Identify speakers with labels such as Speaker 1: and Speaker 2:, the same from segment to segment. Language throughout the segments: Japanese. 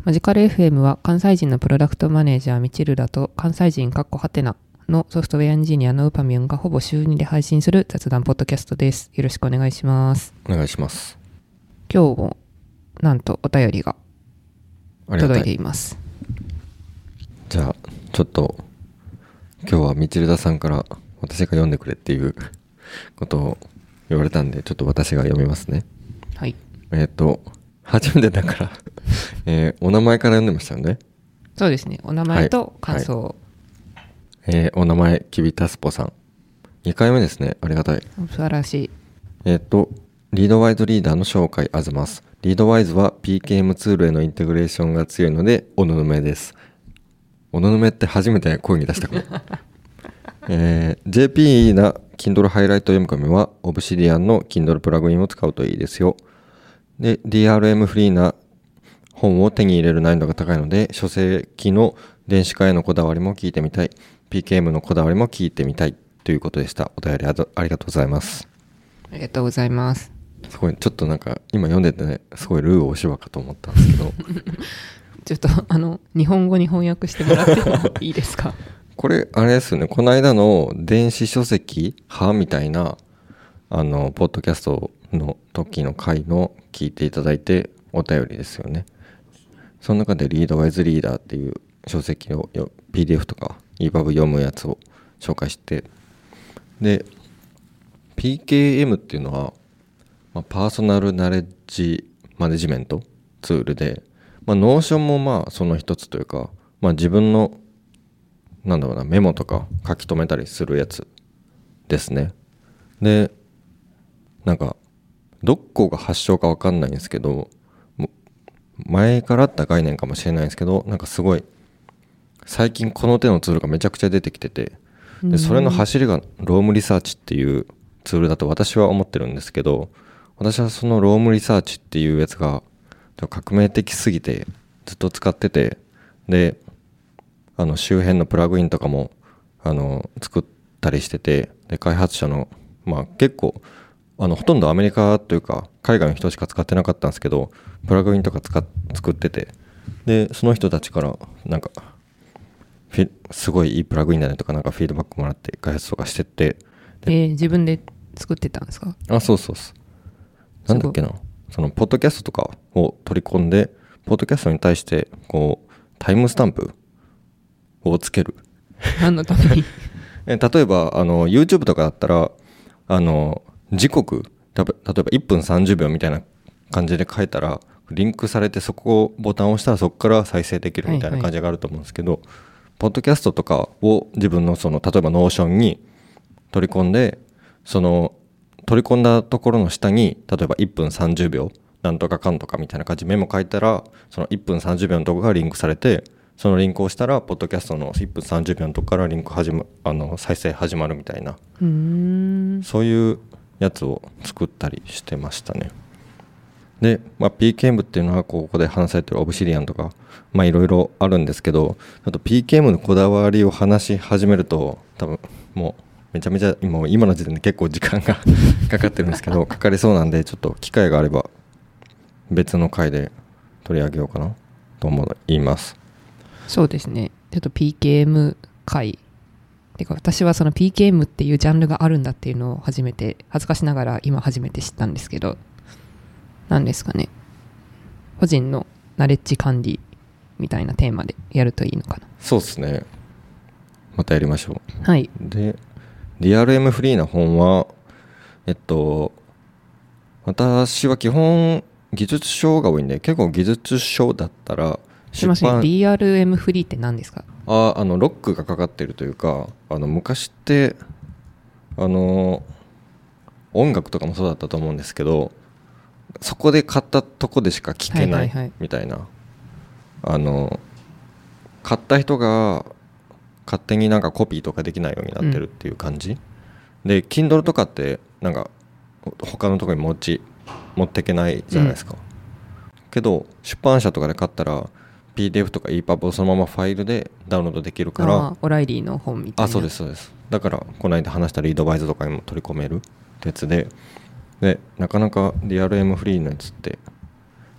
Speaker 1: マジカル FM は関西人のプロダクトマネージャーミチルダと関西人ハテナのソフトウェアエンジニアのウパミュンがほぼ週2で配信する雑談ポッドキャストです。よろしくお願いします。
Speaker 2: お願いします。
Speaker 1: 今日もなんとお便りが届いています。
Speaker 2: じゃあちょっと今日はミチルダさんから私が読んでくれっていうことを言われたんで、ちょっと私が読みますね。
Speaker 1: はい。
Speaker 2: 初めてだからお名前から読んでましたよね。
Speaker 1: そうですね。お名前と感想を、
Speaker 2: お名前キビタスポさん、2回目ですね。ありがたい。
Speaker 1: 素晴らしい。
Speaker 2: リードワイズリーダーの紹介あずます。リードワイズは PKM ツールへのインテグレーションが強いのでおぬぬめです。おぬぬめって初めて声に出したかもJP な Kindle ハイライト読み込みは Obsidian の Kindle プラグインを使うといいですよ。で DRM フリーな本を手に入れる難易度が高いので、書籍の電子化へのこだわりも聞いてみたい、 PKM のこだわりも聞いてみたいということでした。お便りありがとうございます。
Speaker 1: ありがとうございます。
Speaker 2: すごいちょっとなんか今読んでてね、すごいルー大柴かと思ったんですけど
Speaker 1: ちょっと日本語に翻訳してもらってもいいですか
Speaker 2: これあれですよね、この間の電子書籍派みたいなポッドキャストの時の回の聞いていただいてお便りですよね。その中でリードワイズリーダーっていう書籍を PDF とか EPUB 読むやつを紹介して、で PKM っていうのは、パーソナルナレッジマネジメントツールで、ノーションもその一つというか、自分のメモとか書き留めたりするやつですね。でなんかどこが発祥か分かんないんですけど、前からあった概念かもしれないんですけど、なんかすごい最近この手のツールがめちゃくちゃ出てきてて、でそれの走りがロームリサーチっていうツールだと私は思ってるんですけど、私はそのロームリサーチっていうやつが革命的すぎてずっと使ってて、で周辺のプラグインとかも作ったりしてて、で開発者の結構ほとんどアメリカというか海外の人しか使ってなかったんですけど、プラグインとか作ってて、でその人たちからなんかすごいいいプラグインだねとかなんかフィードバックもらって開発とかしてって、
Speaker 1: 自分で作ってたんですか？
Speaker 2: そうなんだっけな、そのポッドキャストとかを取り込んで、ポッドキャストに対してこうタイムスタンプをつける
Speaker 1: 何のために
Speaker 2: 例えばYouTube とかだったら時刻、例えば1分30秒みたいな感じで書いたらリンクされて、そこをボタンを押したらそこから再生できるみたいな感じがあると思うんですけど、ポッドキャストとかを自分の例えばノーションに取り込んで、その取り込んだところの下に例えば1分30秒なんとかかんとかみたいな感じでメモ書いたら、その1分30秒のところがリンクされて、そのリンクを押したらポッドキャストの1分30秒のところからリンク再生始まるみたいな、そういうやつを作ったりしてましたね。で、PKM っていうのはここで話されてるオブシディアンとかいろいろあるんですけど、あと PKM のこだわりを話し始めると多分もうめちゃめちゃ今の時点で結構時間がかかってるんですけどかかりそうなんで、ちょっと機会があれば別の回で取り上げようかなと思います。
Speaker 1: そうですね。ちょっと PKM 回てか、私はその PKM っていうジャンルがあるんだっていうのを恥ずかしながら今初めて知ったんですけど、何ですかね、個人のナレッジ管理みたいなテーマでやるといいのかな。
Speaker 2: そうですね、またやりましょう。
Speaker 1: はい。
Speaker 2: で DRM フリーな本は私は基本技術書が多いんで、結構技術書だったら
Speaker 1: すいません、 DRM フリーって何ですか？
Speaker 2: ロックがかかってるというか、昔って音楽とかもそうだったと思うんですけど、そこで買ったとこでしか聞けないみたいな、買った人が勝手になんかコピーとかできないようになってるっていう感じ、で Kindle とかってなんか他のところに持っていけないじゃないですか、けど出版社とかで買ったら PDF とか EPUB をそのままファイルでダウンロードできるから、
Speaker 1: オライリーの本みたいな。
Speaker 2: そうです。だからこの間話したリードバイズとかにも取り込めるってやつで、なかなか DRM フリーのやつって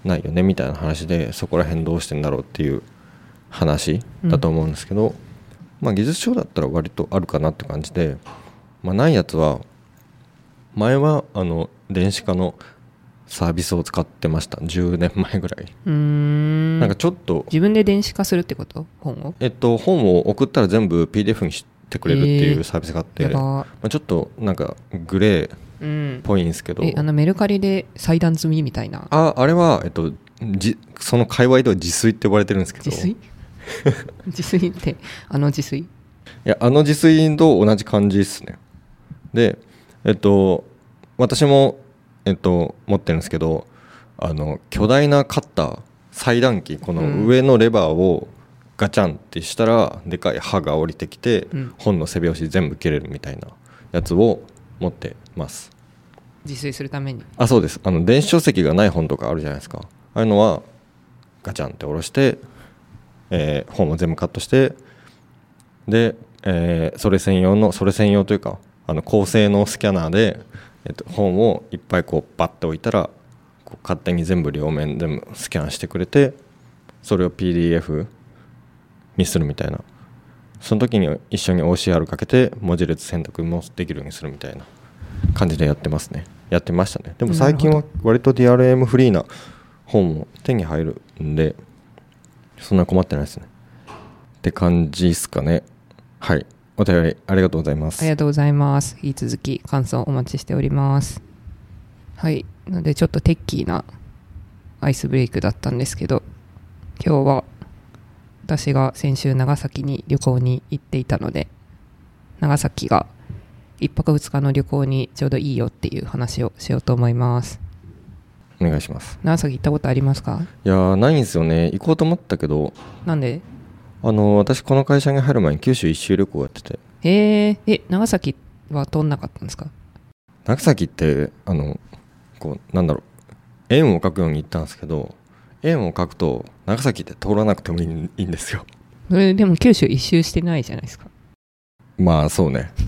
Speaker 2: ないよねみたいな話で、そこら辺どうしてんだろうっていう話だと思うんですけど、まあ技術書だったら割とあるかなって感じで、まあ、ないやつは前は電子化のサービスを使ってました。10年前ぐらい。なんかちょっと
Speaker 1: 自分で電子化するってこと？本を
Speaker 2: 本を送ったら全部 PDF にしてくれるっていうサービスがあって、まあ、ちょっとなんかグレーっぽいんですけど、
Speaker 1: メルカリで裁断済みみたいな。
Speaker 2: あれは、その界隈では自炊って呼ばれてるんですけど。
Speaker 1: 自炊自炊って自炊？い
Speaker 2: や、自炊と同じ感じですね。で私も持ってるんですけど、巨大なカッター、裁断機、この上のレバーをガチャンってしたらでかい刃が降りてきて、本の背表紙全部切れるみたいなやつを持ってます。
Speaker 1: 自炊するために？
Speaker 2: そうです。電子書籍がない本とかあるじゃないですか。ああいうのはガチャンって下ろして、本を全部カットして、で、それ専用というか高性能スキャナーで本をいっぱいこうバッて置いたらこう勝手に全部両面全部スキャンしてくれて、それを PDF にするみたいな、その時に一緒に OCR かけて文字列選択もできるようにするみたいな感じでやってましたね。でも最近は割と DRM フリーな本も手に入るんでそんな困ってないですねって感じですかね。はい、お便りありがとうございます。
Speaker 1: ありがとうございます。引き続き感想お待ちしております。はい、なのでちょっとテッキーなアイスブレイクだったんですけど、今日は私が先週長崎に旅行に行っていたので、長崎が1泊2日の旅行にちょうどいいよっていう話をしようと思います。
Speaker 2: お願いします。
Speaker 1: 長崎行ったことありますか？
Speaker 2: いやないんですよね。行こうと思ったけど。
Speaker 1: なんで？
Speaker 2: 私この会社に入る前に九州一周旅行やってて。
Speaker 1: 長崎は通んなかったんですか？
Speaker 2: 長崎ってこうなんだろう、円を描くように行ったんですけど、円を描くと長崎って通らなくてもいいんですよ。
Speaker 1: それでも九州一周してないじゃないですか。
Speaker 2: まあそうね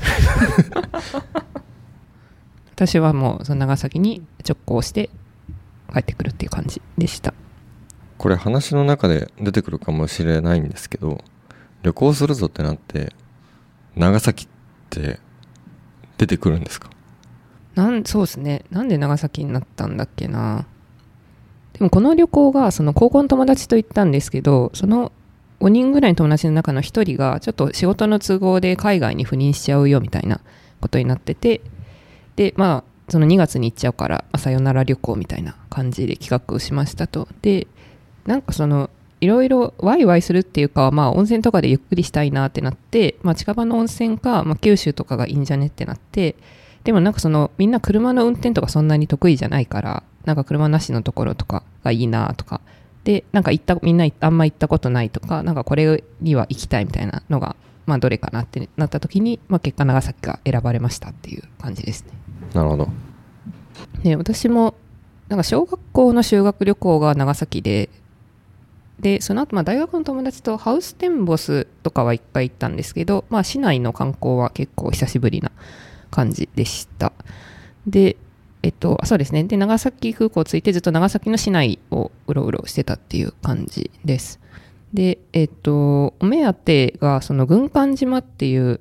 Speaker 1: 私はもうその長崎に直行して帰ってくるっていう感じでした。
Speaker 2: これ話の中で出てくるかもしれないんですけど、旅行するぞってなって長崎って出てくるんですか？
Speaker 1: そうですね。なんで長崎になったんだっけな。でもこの旅行がその高校の友達と行ったんですけど、その5人ぐらいの友達の中の1人がちょっと仕事の都合で海外に赴任しちゃうよみたいなことになってて、でまあその2月に行っちゃうから、さよなら旅行みたいな感じで企画をしましたと。でなんかそのいろいろワイワイするっていうか、温泉とかでゆっくりしたいなってなって、近場の温泉か、九州とかがいいんじゃねってなって、でもなんかそのみんな車の運転とかそんなに得意じゃないから、なんか車なしのところとかがいいなとかで、なんかみんなあんま行ったことないとか、なんかこれには行きたいみたいなのがどれかなってなった時に、結果長崎が選ばれましたっていう感じですね。
Speaker 2: なるほど。
Speaker 1: で私もなんか小学校の修学旅行が長崎で、その後大学の友達とハウステンボスとかは一回行ったんですけど、市内の観光は結構久しぶりな感じでした。でそうですね。で長崎空港着いてずっと長崎の市内をうろうろしてたっていう感じです。でお目当てがその軍艦島っていう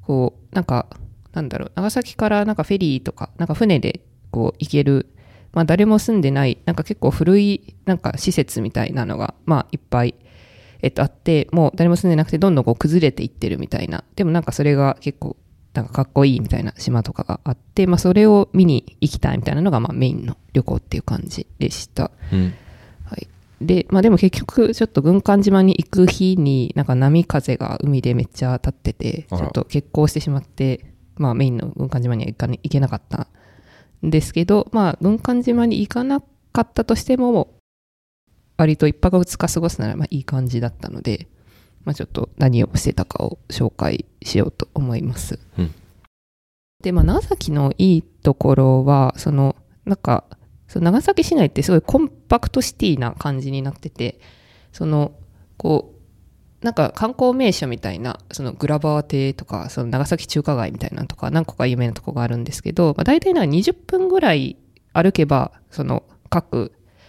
Speaker 1: 長崎からなんかフェリーとかなんか船でこう行ける、誰も住んでないなんか結構古いなんか施設みたいなのがいっぱいあって、もう誰も住んでなくてどんどんこう崩れていってるみたいな、でもなんかそれが結構なんかかっこいいみたいな島とかがあって、それを見に行きたいみたいなのがメインの旅行っていう感じでした。はい。でも結局ちょっと軍艦島に行く日になんか波風が海でめっちゃ立ってて、ちょっと欠航してしまって、メインの軍艦島には行けなかったんですけど、軍艦島に行かなかったとしても割と1泊2日過ごすならいい感じだったので、ちょっと何をしてたかを紹介しようと思います。で、長崎のいいところは長崎市内ってすごいコンパクトシティな感じになってて、なんか観光名所みたいなそのグラバー邸とかその長崎中華街みたいなのとか何個か有名なとこがあるんですけど、大体20分ぐらい歩けばその各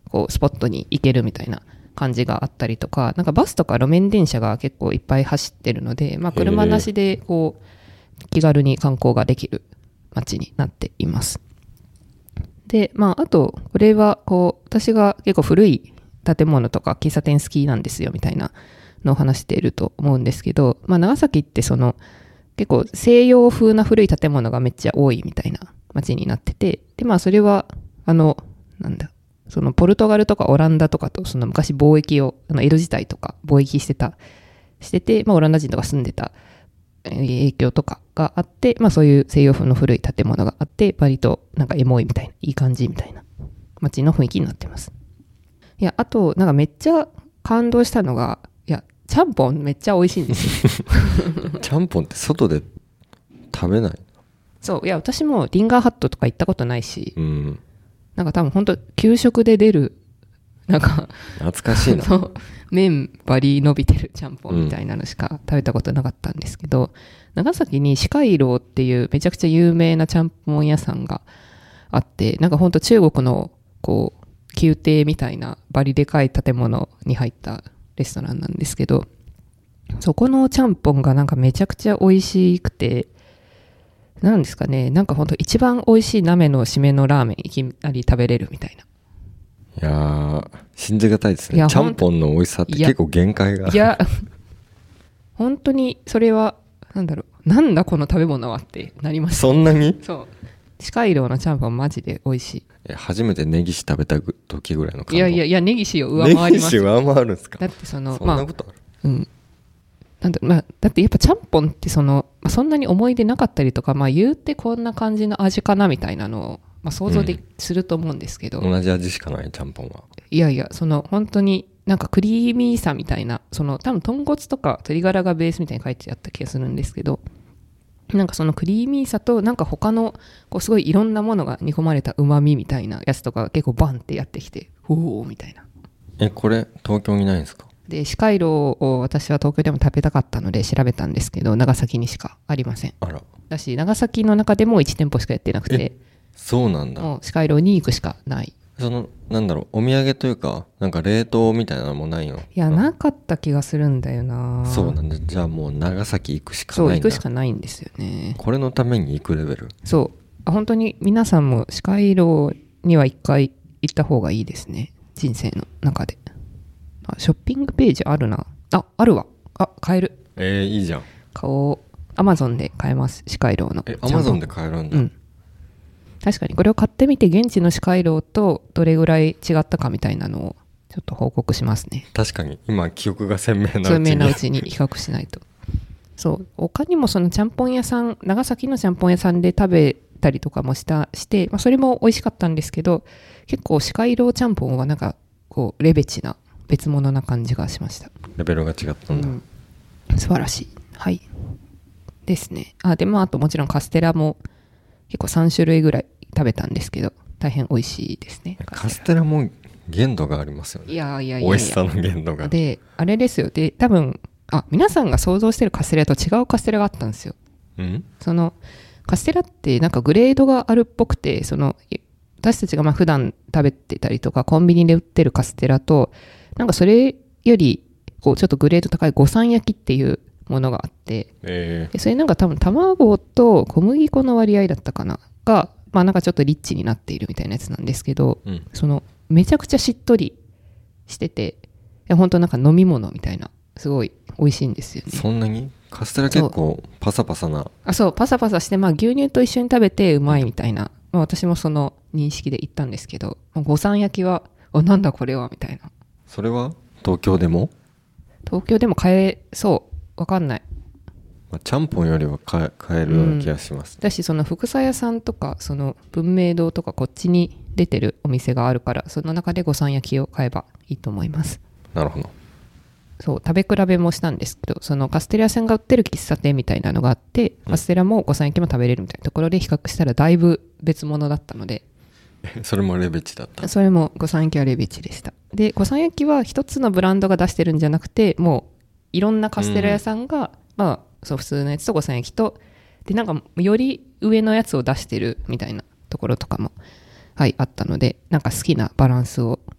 Speaker 1: こうスポットに行けるみたいな感じがあったりとか、なんかバスとか路面電車が結構いっぱい走ってるので、まあ、車なしでこう気軽に観光ができる街になっています。で、まあ、あとこれはこう私が結構古い建物とか喫茶店好きなんですよみたいなのを話していると思うんですけど、まあ、長崎ってその結構西洋風な古い建物がめっちゃ多いみたいな街になってて、でまあそれはなんだ、そのポルトガルとかオランダとかとその昔貿易を江戸時代とか貿易してて、まあ、オランダ人とか住んでた影響とかがあって、まあ、そういう西洋風の古い建物があって、割となんかエモいみたいな、いい感じみたいな街の雰囲気になってます。いや、あとなんかめっちゃ感動したのが、いやちゃんぽんめっちゃ美味しいんですよ
Speaker 2: ちゃんぽんって外で食べない？
Speaker 1: そう、いや私もリンガーハットとか行ったことないし、
Speaker 2: うん、
Speaker 1: なんか多分本当給食で出るなんか
Speaker 2: 懐かしいな
Speaker 1: そう麺バリ伸びてるちゃんぽんみたいなのしか食べたことなかったんですけど、長崎に四街道っていうめちゃくちゃ有名なちゃんぽん屋さんがあって、なんか本当中国のこう宮廷みたいなバリでかい建物に入ったレストランなんですけど、そこのちゃんぽんがなんかめちゃくちゃ美味しくて、なんですかね、なんか本当一番美味しい鍋の締めのラーメンいきなり食べれるみたいな。
Speaker 2: いやー信じがたいです
Speaker 1: いや
Speaker 2: ね。ちゃんぽんの美味しさって結構限界が。
Speaker 1: いや本当にそれはなんだろう、なんだこの食べ物はってなりました。
Speaker 2: そんなに？
Speaker 1: そう四街道のちゃんぽんマジで美味しい。
Speaker 2: 初めてネギシ食べた時ぐらいの感動。
Speaker 1: いやネギシを上回ります。
Speaker 2: ネギシ上回るんですか？
Speaker 1: だってそんな
Speaker 2: ことある？
Speaker 1: うんなんだ、まあ、だってやっぱちゃんぽんってそんなに思い出なかったりとか、まあ、言うてこんな感じの味かなみたいなのを、まあ、想像すると思うんですけど、
Speaker 2: 同じ味しかないちゃんぽんは。
Speaker 1: いやいや本当になんかクリーミーさみたいな、多分豚骨とか鶏ガラがベースみたいに書いてあった気がするんですけど、なんかそのクリーミーさとなんか他のこうすごいいろんなものが煮込まれた旨味みたいなやつとかが結構バンってやってきて、おおみたいな。
Speaker 2: これ東京にないんですか？
Speaker 1: で四街道を私は東京でも食べたかったので調べたんですけど、長崎にしかありません。
Speaker 2: あら。
Speaker 1: だし長崎の中でも1店舗しかやってなくて、
Speaker 2: そうなんだ。
Speaker 1: もう四街道に行くしかない。
Speaker 2: なんだろう、お土産というかなんか冷凍みたいなのもないの？
Speaker 1: いやなかった気がするんだよな。
Speaker 2: そうなんだ。じゃあもう長崎行くしかないんだ。
Speaker 1: そう行くしかないんですよね。
Speaker 2: これのために行くレベル。
Speaker 1: そう本当に皆さんも四街道には一回行った方がいいですね、人生の中で。ショッピングページあるなあるわ。買える。
Speaker 2: いいじゃん。
Speaker 1: 買おう。アマゾンで買えます、四街道の。
Speaker 2: アマゾンで買えるんだ。
Speaker 1: うん。確かにこれを買ってみて現地の四街道とどれぐらい違ったかみたいなのをちょっと報告しますね。
Speaker 2: 確かに今記憶が鮮明なうちに
Speaker 1: 鮮明なうちに比較しないと。そう他にもそのちゃんぽん屋さん、長崎のちゃんぽん屋さんで食べたりとかもして、まあ、それも美味しかったんですけど、結構四街道ちゃんぽんはなんかこうレベチな別物な感じがしました。
Speaker 2: レベルが違ったんだ。
Speaker 1: 素晴らしい。はいですね。でまああともちろんカステラも結構3種類ぐらい食べたんですけど大変美味しいですね。
Speaker 2: カステラも限度がありますよね。
Speaker 1: いや美
Speaker 2: 味しさの限度が。
Speaker 1: であれですよ。で多分皆さんが想像してるカステラと違うカステラがあったんですよ。そのカステラってなんかグレードがあるっぽくて、私たちがまあ普段食べてたりとかコンビニで売ってるカステラとなんかそれよりこうちょっとグレード高い五三焼きっていうものがあって、でそれなんか多分卵と小麦粉の割合だったかなが、まあなんかちょっとリッチになっているみたいなやつなんですけど、めちゃくちゃしっとりしてて、いや本当なんか飲み物みたいな、すごい美味しいんですよね。
Speaker 2: そんなにカステラ結構パサパサな。
Speaker 1: そうパサパサして、まあ牛乳と一緒に食べてうまいみたいな、まあ、私もその認識で行ったんですけど、五三焼きはなんだこれはみたいな。
Speaker 2: それは東京でも
Speaker 1: 買えそう、わかんない。
Speaker 2: ちゃんぽんよりは買えるような気がします、
Speaker 1: だしその福佐屋さんとかその文明堂とかこっちに出てるお店があるから、その中で五三焼きを買えばいいと思います。
Speaker 2: なるほど。
Speaker 1: そう食べ比べもしたんですけど、そのカステラ屋さんが売ってる喫茶店みたいなのがあって、カステラも五三焼きも食べれるみたいなところで比較したらだいぶ別物だったので、
Speaker 2: それもレベチだった。
Speaker 1: それも五三焼きはレベチでした。で五三焼きは一つのブランドが出してるんじゃなくて、もういろんなカステラ屋さんが、まあそう普通のやつと五三焼きとでなんかより上のやつを出してるみたいなところとかもあったので、なんか好きなバランスを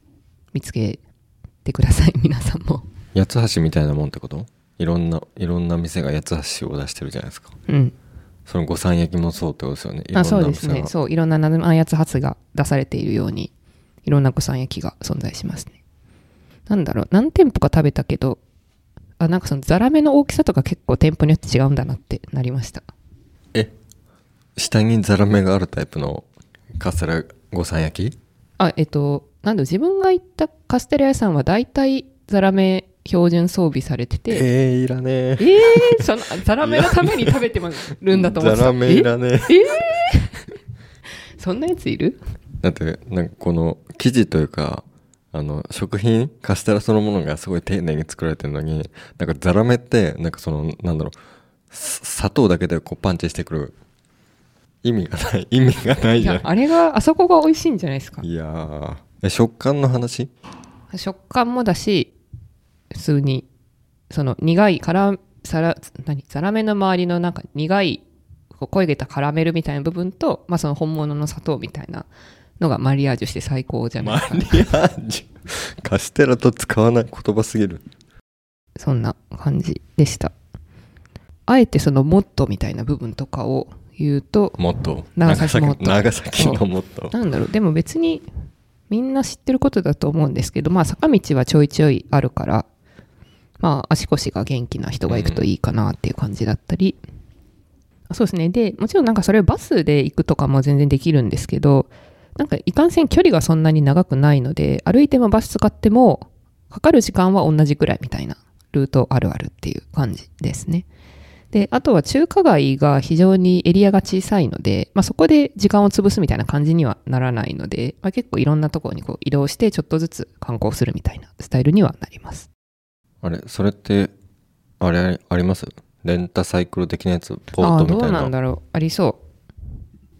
Speaker 1: 見つけてください皆さんも。
Speaker 2: 八つ橋みたいなもんってこと？いろんな店が八つ橋を出してるじゃないですか。
Speaker 1: うん。
Speaker 2: その御三焼きもそうってことですよね。いろんな
Speaker 1: そうですね。そう、いろんな八つ橋が出されているように、いろんな御三焼きが存在しますね。なんだろう、何店舗か食べたけど、なんかそのザラメの大きさとか結構店舗によって違うんだなってなりました。
Speaker 2: 下にザラメがあるタイプのカステラ御三焼き？
Speaker 1: なんだ自分が行ったカステラ屋さんは大体ザラメ標準装備されてて、
Speaker 2: いらね
Speaker 1: そのザラメのために食べてるんだと思ってた。
Speaker 2: ザラメいらね
Speaker 1: そんなやついる？
Speaker 2: だってなんかこの生地というか食品カステラそのものがすごい丁寧に作られてるのに、なんかザラメってなんかそのなんだろう、砂糖だけでこうパンチしてくる意味がないじゃん。
Speaker 1: あれがあそこが美味しいんじゃないですか。
Speaker 2: いやー、食感の話？
Speaker 1: 食感もだし、普通にその苦いザラメの周りのなんか苦いこう焦げたカラメルみたいな部分と、その本物の砂糖みたいなのがマリアージュして最高じゃないですか。
Speaker 2: マリアージュカステラと使わない言葉すぎる。
Speaker 1: そんな感じでした。あえてそのモットみたいな部分とかを言うと、長崎のモットなんだろう、でも別にみんな知ってることだと思うんですけど、坂道はちょいちょいあるから、足腰が元気な人が行くといいかなっていう感じだったり、そうですね。で、もちろんなんかそれバスで行くとかも全然できるんですけど、なんかいかんせん距離がそんなに長くないので、歩いてもバス使ってもかかる時間は同じくらいみたいなルートあるあるっていう感じですね。で、あとは中華街が非常にエリアが小さいので、そこで時間を潰すみたいな感じにはならないので、結構いろんなところにこう移動してちょっとずつ観光するみたいなスタイルにはなります。
Speaker 2: あれ、それってあれあります？レンタサイクル的なやつ、ポートみたいな。
Speaker 1: どうなんだろう、ありそう。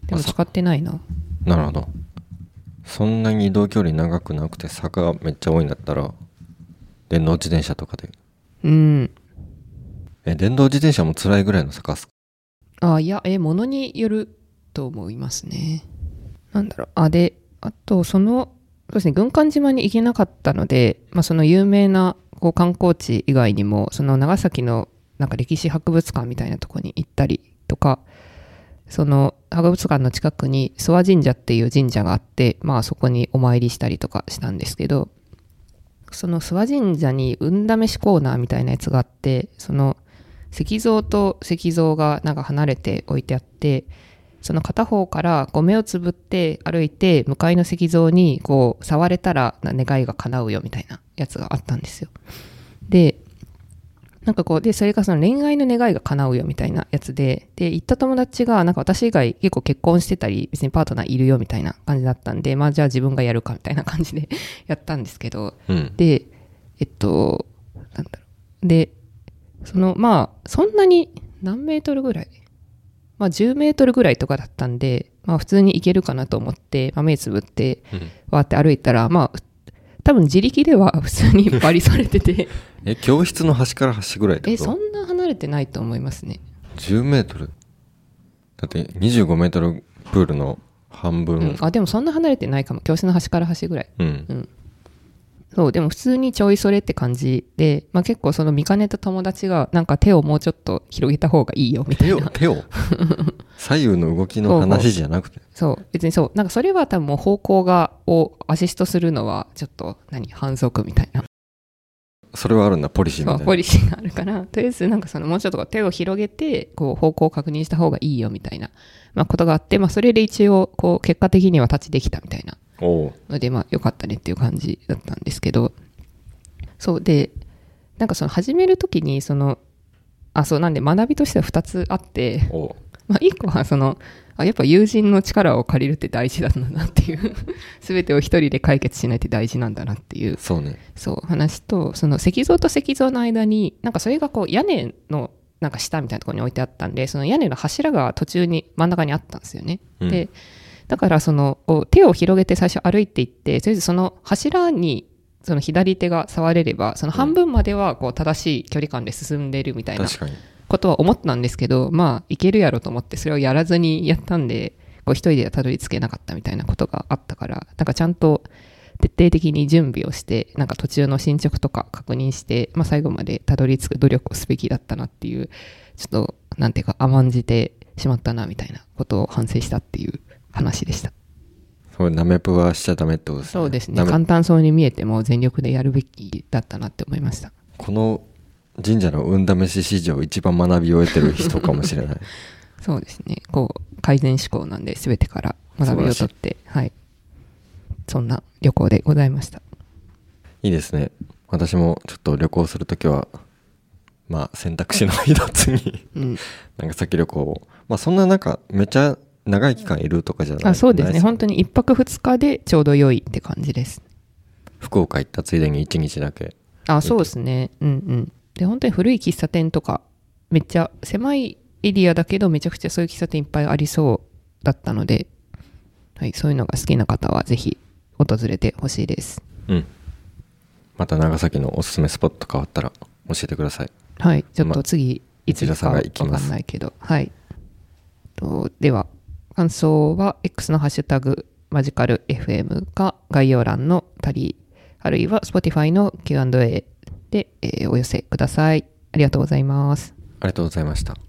Speaker 1: でも使ってないな。
Speaker 2: なるほど。そんなに移動距離長くなくて坂がめっちゃ多いんだったら電動自転車とかで。電動自転車も辛いぐらいの坂っすか？
Speaker 1: いや、ものによると思いますね。なんだろう。で、あとそうですね、軍艦島に行けなかったので、その有名なこう観光地以外にも、その長崎のなんか歴史博物館みたいなところに行ったりとか、その博物館の近くに諏訪神社っていう神社があって、そこにお参りしたりとかしたんですけど、その諏訪神社に運試しコーナーみたいなやつがあって、その石像と石像がなんか離れて置いてあって、その片方からこう目をつぶって歩いて向かいの石像にこう触れたら願いが叶うよみたいなやつがあったんですよ。で、なんかこうでそれがその恋愛の願いが叶うよみたいなやつで、行った友達がなんか私以外結構結婚してたり別にパートナーいるよみたいな感じだったんで、じゃあ自分がやるかみたいな感じでやったんですけど、でなんだろう、でそんなに何メートルぐらい、10メートルぐらいとかだったんで、普通に行けるかなと思って、目つぶってわーって歩いたら、多分自力では普通にバリされてて
Speaker 2: 教室の端から端ぐらいってこと？
Speaker 1: そんな離れてないと思いますね。
Speaker 2: 10メートルだって25メートルプールの半分、
Speaker 1: でもそんな離れてないかも。教室の端から端ぐらい。そう、でも普通にちょいそれって感じで、結構その見かねた友達がなんか手をもうちょっと広げた方がいいよみたいな。
Speaker 2: 手を左右の動きの話じゃなくて。
Speaker 1: そう別にそう、なんかそれは多分もう方向をアシストするのはちょっと反則みたいな。
Speaker 2: それはあるんだ、ポリシーみたいな。
Speaker 1: そう、ポリシーがあるから、とりあえずなんかそのもうちょっと手を広げてこう方向を確認した方がいいよみたいな、ことがあって、それで一応こう結果的にはタッチできたみたいなので、良かったねっていう感じだったんですけど、そうで、なんかその始めるときにそうなんで学びとしては2つあって、1個はやっぱ友人の力を借りるって大事なんだなっていう全てを一人で解決しないって大事なんだなっていう、そう話と、その石像と石像の間になんかそれがこう屋根のなんか下みたいなところに置いてあったんで、その屋根の柱が途中に真ん中にあったんですよね。でだから手を広げて最初歩いていって、とりあえずその柱にその左手が触れればその半分まではこう正しい距離感で進んでるみたいなことは思ったんですけど、いけるやろと思ってそれをやらずにやったんで、こう一人ではたどり着けなかったみたいなことがあったから、なんかちゃんと徹底的に準備をして、なんか途中の進捗とか確認して、最後までたどり着く努力をすべきだったなっていう、ちょっと、なんていうか甘んじてしまったなみたいなことを反省したっていう話でした。
Speaker 2: そう、ナメプはしちゃダメってことですね。
Speaker 1: そうですね。簡単そうに見えても全力でやるべきだったなって思いました。
Speaker 2: この神社の運試し史上一番学びを得てる人かもしれない。
Speaker 1: そうですね。改善志向なんで全てから学びを取って、はい。そんな旅行でございました。い
Speaker 2: いですね。私もちょっと旅行するときは、選択肢の一つに、長崎旅行を、そんなめっちゃ長い期間いるとかじゃない。
Speaker 1: そうですね。本当に1泊2日でちょうど良いって感じです。
Speaker 2: 福岡行ったついでに1日だけ。
Speaker 1: そうですね。で、本当に古い喫茶店とか、めっちゃ狭いエリアだけど、めちゃくちゃそういう喫茶店いっぱいありそうだったので、はい、そういうのが好きな方はぜひ訪れてほしいです。
Speaker 2: また長崎のおすすめスポット変わったら教えてください。
Speaker 1: はい、ちょっと次、いつかわかんないけど、はい。では、感想は X のハッシュタグマジカル FM か概要欄のタリー、あるいは Spotify の Q&A で、お寄せください。ありがとうございます。
Speaker 2: ありがとうございました。